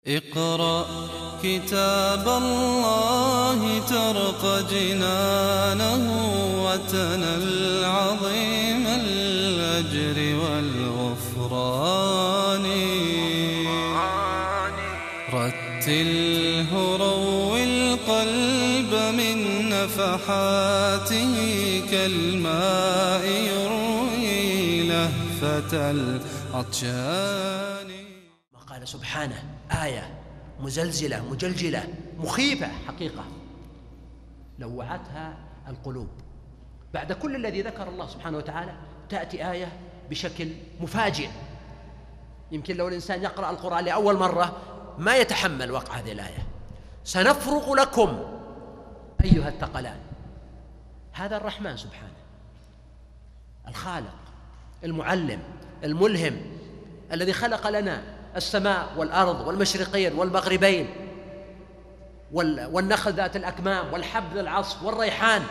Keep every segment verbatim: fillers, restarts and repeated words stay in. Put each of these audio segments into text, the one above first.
اقرأ كتاب الله ترق جنانه وتنل عظيم الأجر والغفران. رتله روي القلب من نفحاته كالماء يروي لهفة العطشان. قال سبحانه آية مزلزلة مجلجلة مخيفة حقيقة لوعتها القلوب. بعد كل الذي ذكر الله سبحانه وتعالى تأتي آية بشكل مفاجئ، يمكن لو الإنسان يقرأ القرآن لأول مرة ما يتحمل وقع هذه الآية. سنفرغ لكم أيها الثقلان. هذا الرحمن سبحانه الخالق المعلم الملهم الذي خلق لنا السماء والأرض والمشرقين والمغربين والنخل ذات الأكمام والحب ذي العصف والريحان.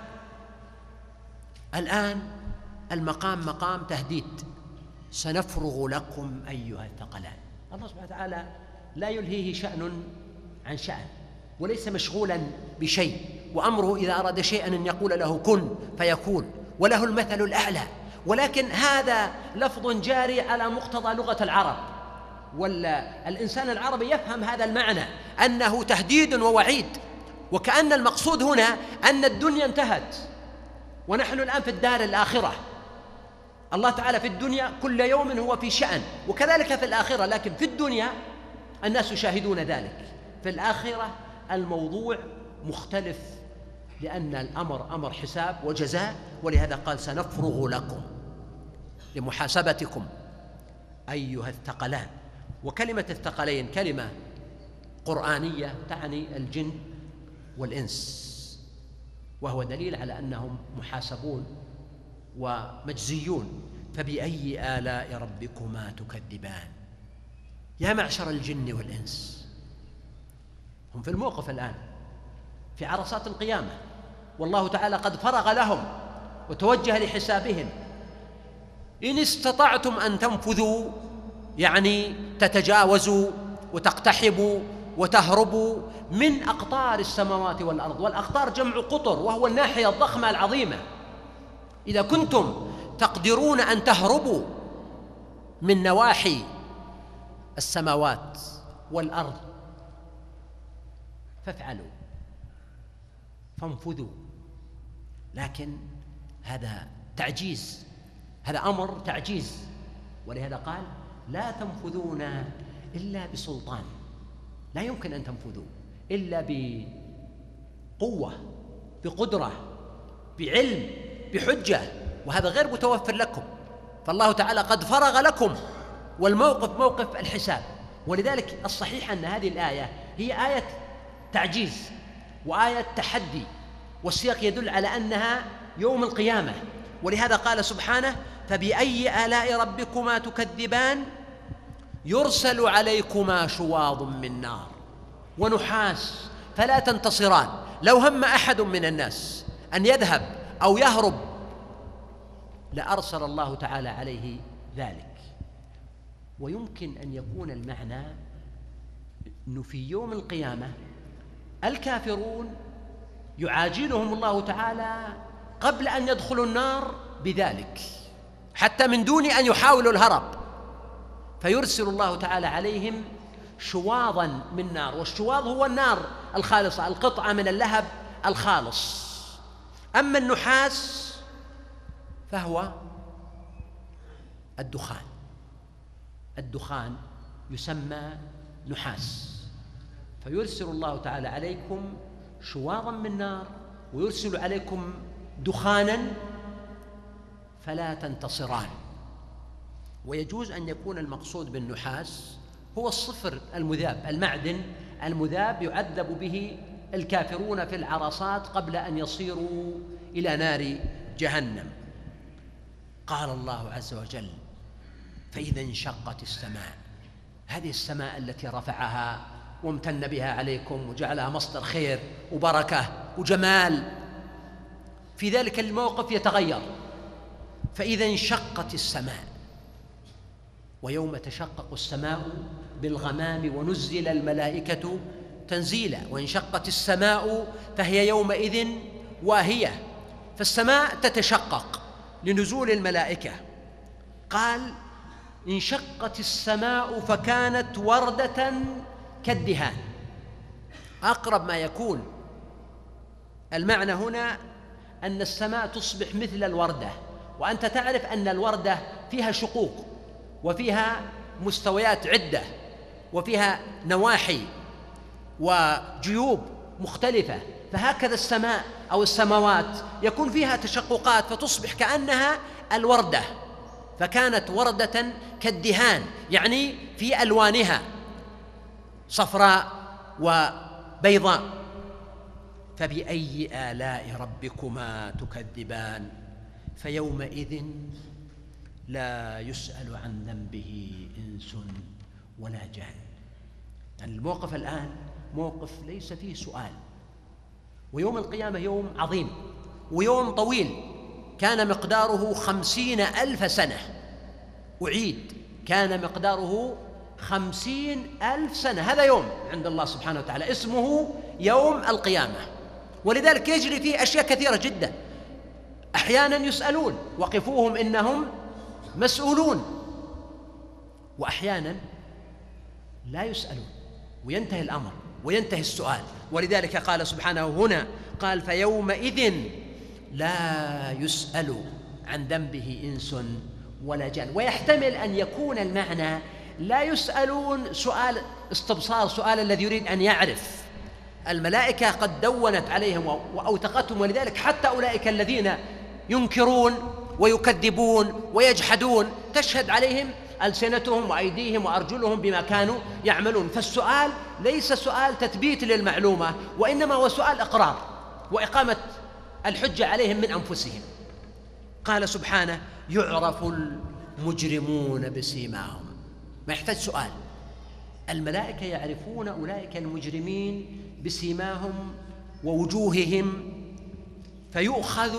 الآن المقام مقام تهديد. سنفرغ لكم أيها الثقلان. الله سبحانه وتعالى لا يلهيه شأن عن شأن وليس مشغولا بشيء، وأمره إذا أراد شيئا أن يقول له كن فيكون، وله المثل الأعلى. ولكن هذا لفظ جاري على مقتضى لغة العرب، والإنسان العربي يفهم هذا المعنى أنه تهديد ووعيد، وكأن المقصود هنا أن الدنيا انتهت ونحن الآن في الدار الآخرة. الله تعالى في الدنيا كل يوم هو في شأن، وكذلك في الآخرة، لكن في الدنيا الناس يشاهدون ذلك. في الآخرة الموضوع مختلف، لأن الأمر أمر حساب وجزاء، ولهذا قال سنفرغ لكم لمحاسبتكم أيها الثقلان. وكلمة الثقلين كلمة قرآنية تعني الجن والإنس، وهو دليل على أنهم محاسبون ومجزيون. فبأي آلاء ربكما تكذبان. يا معشر الجن والإنس، هم في الموقف الآن في عرصات القيامة، والله تعالى قد فرغ لهم وتوجه لحسابهم. إن استطعتم أن تنفذوا، يعني تتجاوزوا وتقتحبوا وتهربوا من أقطار السماوات والأرض. والأقطار جمع قطر، وهو الناحية الضخمة العظيمة. إذا كنتم تقدرون أن تهربوا من نواحي السماوات والأرض فافعلوا، فانفذوا. لكن هذا تعجيز، هذا أمر تعجيز، ولهذا قال لا تنفذون إلا بسلطان. لا يمكن أن تنفذوا إلا بقوة، بقدرة، بعلم، بحجة، وهذا غير متوفر لكم. فالله تعالى قد فرغ لكم، والموقف موقف الحساب. ولذلك الصحيح أن هذه الآية هي آية تعجيز وآية تحدي، والسياق يدل على أنها يوم القيامة. ولهذا قال سبحانه فبأي آلاء ربكما تكذبان يرسل عليكما شواظ من نار ونحاس فلا تنتصران. لو هم أحد من الناس أن يذهب أو يهرب لأرسل الله تعالى عليه ذلك. ويمكن أن يكون المعنى أنه في يوم القيامة الكافرون يعاجلهم الله تعالى قبل أن يدخلوا النار بذلك، حتى من دون أن يحاولوا الهرب، فيرسل الله تعالى عليهم شواظا من نار. والشواظ هو النار الخالصة، القطعة من اللهب الخالص. أما النحاس فهو الدخان. الدخان يسمى نحاس. فيرسل الله تعالى عليكم شواظا من نار ويرسل عليكم دخانا فلا تنتصران. ويجوز أن يكون المقصود بالنحاس هو الصفر المذاب، المعدن المذاب يعذب به الكافرون في العرصات قبل أن يصيروا إلى نار جهنم. قال الله عز وجل فإذا انشقت السماء، هذه السماء التي رفعها وامتن بها عليكم وجعلها مصدر خير وبركة وجمال، في ذلك الموقف يتغير. فإذا انشقت السماء، ويوم تشقق السماء بالغمام ونزل الملائكة تنزيلا وانشقت السماء فهي يومئذ واهية. فالسماء تتشقق لنزول الملائكة. قال انشقت السماء فكانت وردة كالدهان. أقرب ما يكون المعنى هنا أن السماء تصبح مثل الوردة، وأنت تعرف أن الوردة فيها شقوق وفيها مستويات عدة وفيها نواحي وجيوب مختلفة، فهكذا السماء أو السماوات يكون فيها تشققات فتصبح كأنها الوردة. فكانت وردة كالدهان، يعني في ألوانها صفراء وبيضاء. فبأي آلاء ربكما تكذبان فيومئذ لا يسأل عن ذنبه إنس ولا جان. يعني الموقف الآن موقف ليس فيه سؤال، ويوم القيامة يوم عظيم ويوم طويل كان مقداره خمسين ألف سنة. أعيد، كان مقداره خمسين ألف سنة. هذا يوم عند الله سبحانه وتعالى اسمه يوم القيامة، ولذلك يجري فيه أشياء كثيرة جدا. أحيانا يسألون وقفوهم إنهم مسؤولون، وأحيانا لا يسألون وينتهي الأمر وينتهي السؤال. ولذلك قال سبحانه هنا قال فيومئذ لا يسأل عن ذنبه إنس ولا جان. ويحتمل أن يكون المعنى لا يسألون سؤال استبصار، سؤال الذي يريد أن يعرف. الملائكة قد دونت عليهم وأوثقتهم، ولذلك حتى أولئك الذين ينكرون ويكذبون ويجحدون تشهد عليهم ألسنتهم وأيديهم وأرجلهم بما كانوا يعملون. فالسؤال ليس سؤال تثبيت للمعلومة، وإنما هو سؤال إقرار وإقامة الحجة عليهم من أنفسهم. قال سبحانه يعرف المجرمون بسيماهم. ما يحتاج سؤال، الملائكة يعرفون أولئك المجرمين بسيماهم ووجوههم، فيؤخذ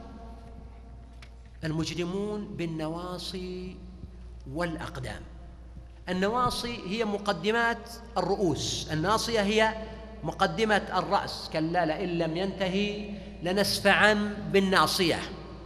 المجرمون بالنواصي والأقدام. النواصي هي مقدمات الرؤوس، الناصية هي مقدمة الرأس، كلا لئن لم ينتهي لنسفعا بالناصية.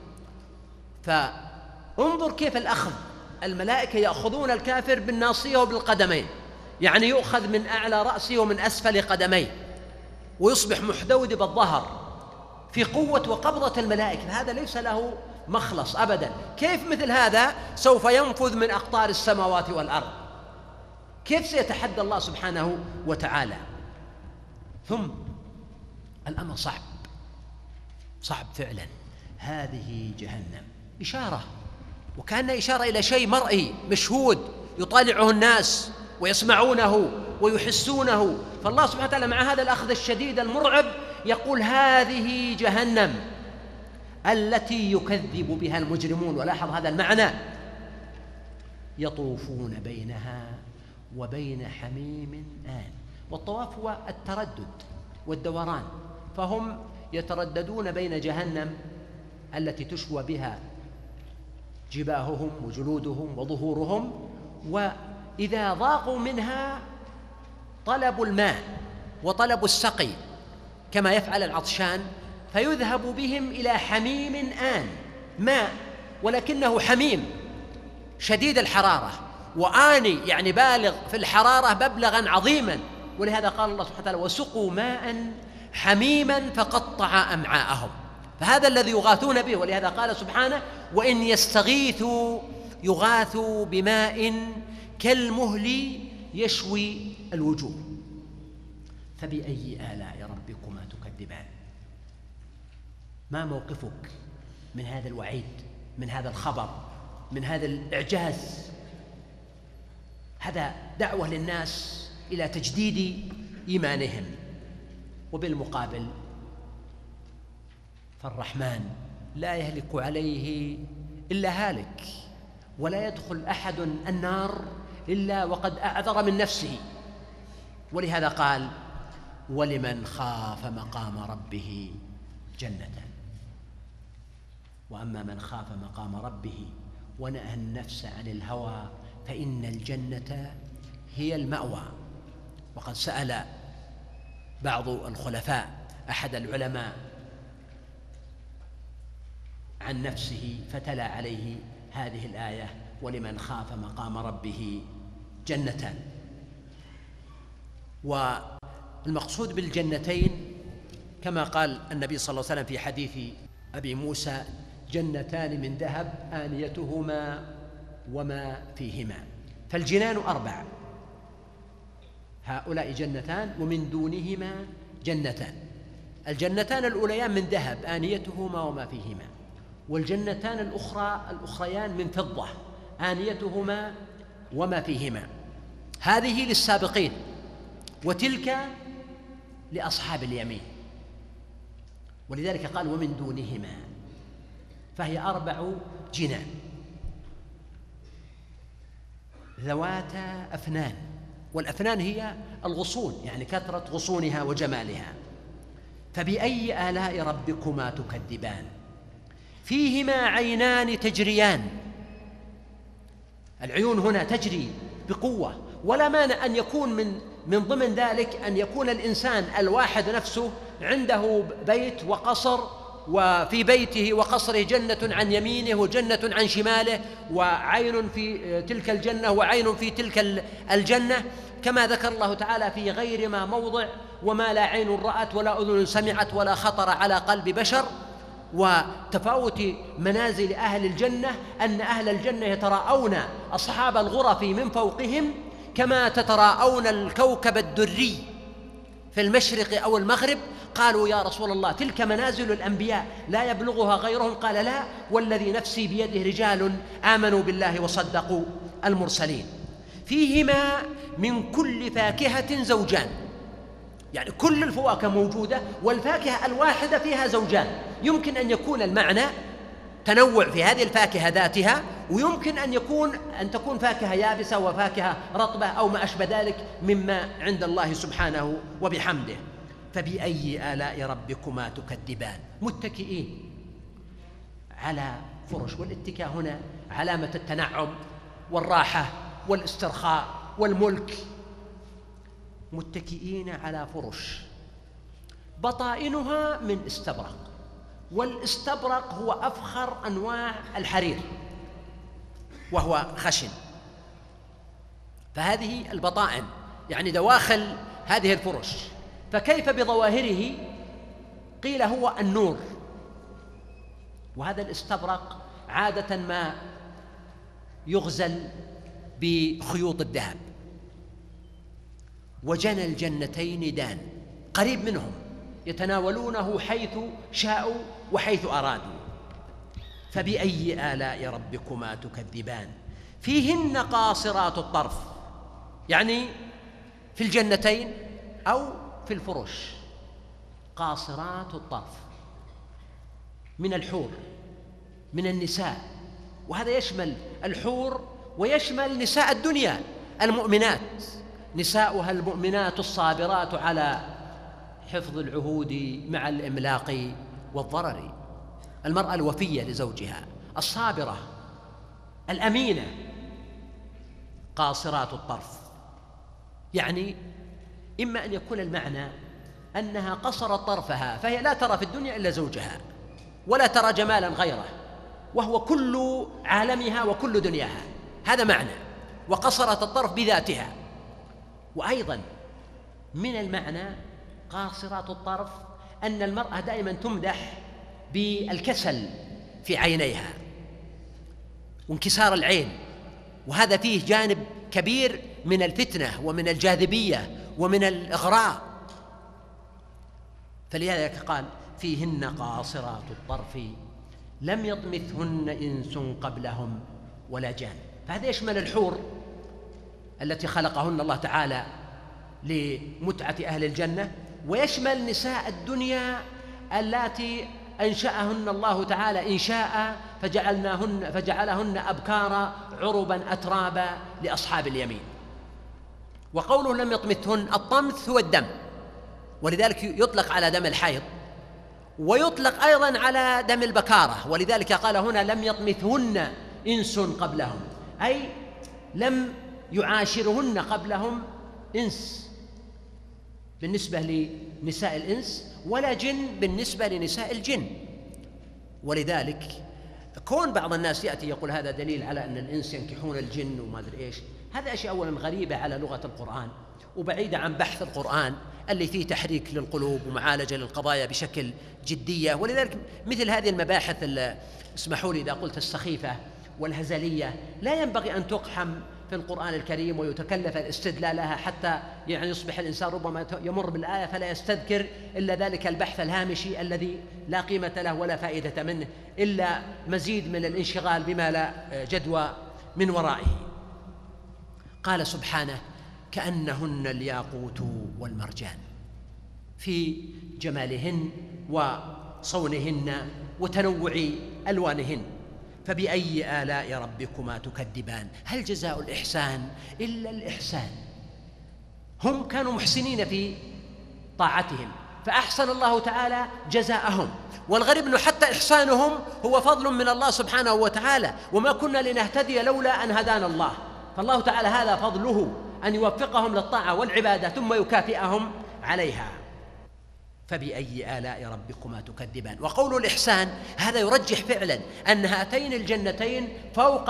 فانظر كيف الأخذ، الملائكة يأخذون الكافر بالناصية وبالقدمين، يعني يؤخذ من أعلى رأسه ومن أسفل قدميه ويصبح محدود بالظهر في قوة وقبضة الملائكة. هذا ليس له مخلص أبدا. كيف مثل هذا سوف ينفذ من أقطار السماوات والأرض؟ كيف سيتحدى الله سبحانه وتعالى؟ ثم الأمر صعب صعب فعلا. هذه جهنم إشارة، وكأن إشارة إلى شيء مرئي مشهود يطالعه الناس ويسمعونه ويحسونه. فالله سبحانه وتعالى مع هذا الأخذ الشديد المرعب يقول هذه جهنم التي يكذب بها المجرمون. ولاحظ هذا المعنى، يطوفون بينها وبين حميم آن. والطواف هو التردد والدوران، فهم يترددون بين جهنم التي تشوى بها جباههم وجلودهم وظهورهم، وإذا ضاقوا منها طلبوا الماء وطلبوا السقي كما يفعل العطشان، فيذهب بهم إلى حميم آن، ماء ولكنه حميم شديد الحرارة، وآني يعني بالغ في الحرارة مبلغا عظيما. ولهذا قال الله سبحانه وتعالى وسقوا ماء حميما فقطع أمعاءهم. فهذا الذي يغاثون به. ولهذا قال سبحانه وإن يستغيثوا يغاثوا بماء كالمهل يشوي الوجوه. فبأي آلاء ربكما تكذبان؟ ما موقفك من هذا الوعيد، من هذا الخبر، من هذا الإعجاز؟ هذا دعوة للناس إلى تجديد إيمانهم. وبالمقابل فالرحمن لا يهلك عليه إلا هالك، ولا يدخل أحد النار إلا وقد أعذر من نفسه. ولهذا قال ولمن خاف مقام ربه جنتان، وأما من خاف مقام ربه ونهى النفس عن الهوى فإن الجنة هي المأوى. وقد سأل بعض الخلفاء أحد العلماء عن نفسه فتلا عليه هذه الآية: ولمن خاف مقام ربه جنتان. والمقصود بالجنتين كما قال النبي صلى الله عليه وسلم في حديث أبي موسى: جنتان من ذهب آنيتهما وما فيهما. فالجنان أربع: هؤلاء جنتان ومن دونهما جنتان. الجنتان الأوليان من ذهب آنيتهما وما فيهما، والجنتان الأخرى الأخريان من فضة آنيتهما وما فيهما. هذه للسابقين، وتلك لأصحاب اليمين. ولذلك قال: ومن دونهما، فهي أربع جنان ذواتا أفنان. والأفنان هي الغصون، يعني كثرة غصونها وجمالها. فبأي آلاء ربكما تكذبان فيهما عينان تجريان. العيون هنا تجري بقوة، ولا مانع أن يكون من من ضمن ذلك أن يكون الإنسان الواحد نفسه عنده بيت وقصر، وفي بيته وقصره جنة عن يمينه وجنة عن شماله، وعين في تلك الجنة وعين في تلك الجنة، كما ذكر الله تعالى في غير ما موضع: وما لا عين رأت ولا أذن سمعت ولا خطر على قلب بشر. وتفاوت منازل أهل الجنة أن أهل الجنة يتراءون أصحاب الغرف من فوقهم كما تتراءون الكوكب الدري في المشرق أو المغرب. قالوا: يا رسول الله، تلك منازل الأنبياء لا يبلغها غيرهم؟ قال: لا، والذي نفسي بيده رجال آمنوا بالله وصدقوا المرسلين. فيهما من كل فاكهة زوجان، يعني كل الفواكه موجودة، والفاكهة الواحدة فيها زوجان. يمكن أن يكون المعنى تنوع في هذه الفاكهة ذاتها، ويمكن أن يكون أن تكون فاكهة يابسة وفاكهة رطبة أو ما أشبه ذلك مما عند الله سبحانه وبحمده. فبأي آلاء ربكما تكذبان متكئين على فرش. والاتكاء هنا علامة التنعم والراحة والاسترخاء والملك. متكئين على فرش بطائنها من استبرق، والاستبرق هو أفخر أنواع الحرير وهو خشن. فهذه البطائن يعني دواخل هذه الفرش. فكيف بظواهره؟ قيل هو النور. وهذا الاستبرق عادة ما يغزل بخيوط الذهب. وجنى الجنتين دان، قريب منهم، يتناولونه حيث شاءوا وحيث أرادوا. فبأي آلاء ربكما تكذبان فيهن قاصرات الطرف، يعني في الجنتين أو في الفرش. قاصرات الطرف من الحور، من النساء، وهذا يشمل الحور ويشمل نساء الدنيا المؤمنات، نساؤها المؤمنات الصابرات على حفظ العهود مع الإملاق والضرر. المرأة الوفية لزوجها، الصابرة الأمينة. قاصرات الطرف يعني إما أن يكون المعنى أنها قصرت طرفها، فهي لا ترى في الدنيا إلا زوجها ولا ترى جمالا غيره، وهو كل عالمها وكل دنياها، هذا معنى. وقصرت الطرف بذاتها. وأيضا من المعنى قاصرات الطرف أن المرأة دائما تمدح بالكسل في عينيها وانكسار العين، وهذا فيه جانب كبير من الفتنة ومن الجاذبية ومن الإغراء. فلذلك قال: فيهن قاصرات الطرف لم يطمثهن إنس قبلهم ولا جان. فهذا يشمل الحور التي خلقهن الله تعالى لمتعة أهل الجنة، ويشمل نساء الدنيا اللاتي أنشأهن الله تعالى إنشاء فجعلناهن فجعلهن أبكارا عربا أترابا لأصحاب اليمين. وقوله لم يطمثهن، الطمث هو الدم، ولذلك يطلق على دم الحيض، ويطلق أيضا على دم البكارة. ولذلك قال هنا: لم يطمثهن إنس قبلهم، أي لم يعاشرهن قبلهم إنس بالنسبة لنساء الإنس، ولا جن بالنسبة لنساء الجن. ولذلك كون بعض الناس يأتي يقول هذا دليل على أن الإنس ينكحون الجن وما أدري إيش، هذا أشياء أولا غريبة على لغة القرآن وبعيدة عن بحث القرآن اللي فيه تحريك للقلوب ومعالجة للقضايا بشكل جدية. ولذلك مثل هذه المباحث، اسمحوا لي إذا قلت السخيفة والهزلية، لا ينبغي أن تقحم في القرآن الكريم ويتكلف الاستدلال لها حتى يعني يصبح الإنسان ربما يمر بالآية فلا يستذكر إلا ذلك البحث الهامشي الذي لا قيمة له ولا فائدة منه إلا مزيد من الانشغال بما لا جدوى من ورائه. قال سبحانه: كأنهن الياقوت والمرجان، في جمالهن وصونهن وتنوع ألوانهن. فبأي آلاء ربكما تكذبان، هل جزاء الإحسان إلا الإحسان؟ هم كانوا محسنين في طاعتهم فأحسن الله تعالى جزاءهم، والغريب أنه حتى إحسانهم هو فضل من الله سبحانه وتعالى، وما كنا لنهتدي لولا أن هدانا الله. فالله تعالى هذا فضله أن يوفقهم للطاعة والعبادة ثم يكافئهم عليها. فبأي آلاء ربكما تكذبان. وقول الإحسان هذا يرجح فعلا أن هاتين الجنتين فوق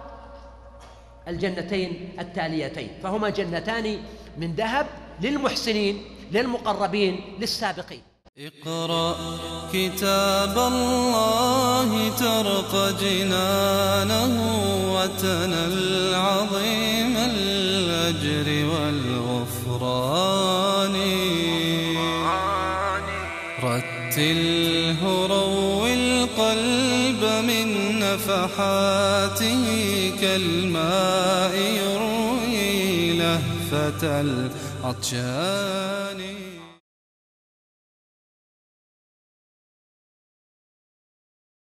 الجنتين التاليتين، فهما جنتان من ذهب للمحسنين للمقربين للسابقين. اقرأ كتاب الله ترق جنانه وتنل عظيم الأجر والغفران. رتله روي القلب من نفحاته كالماء يروي لهفة العطشان.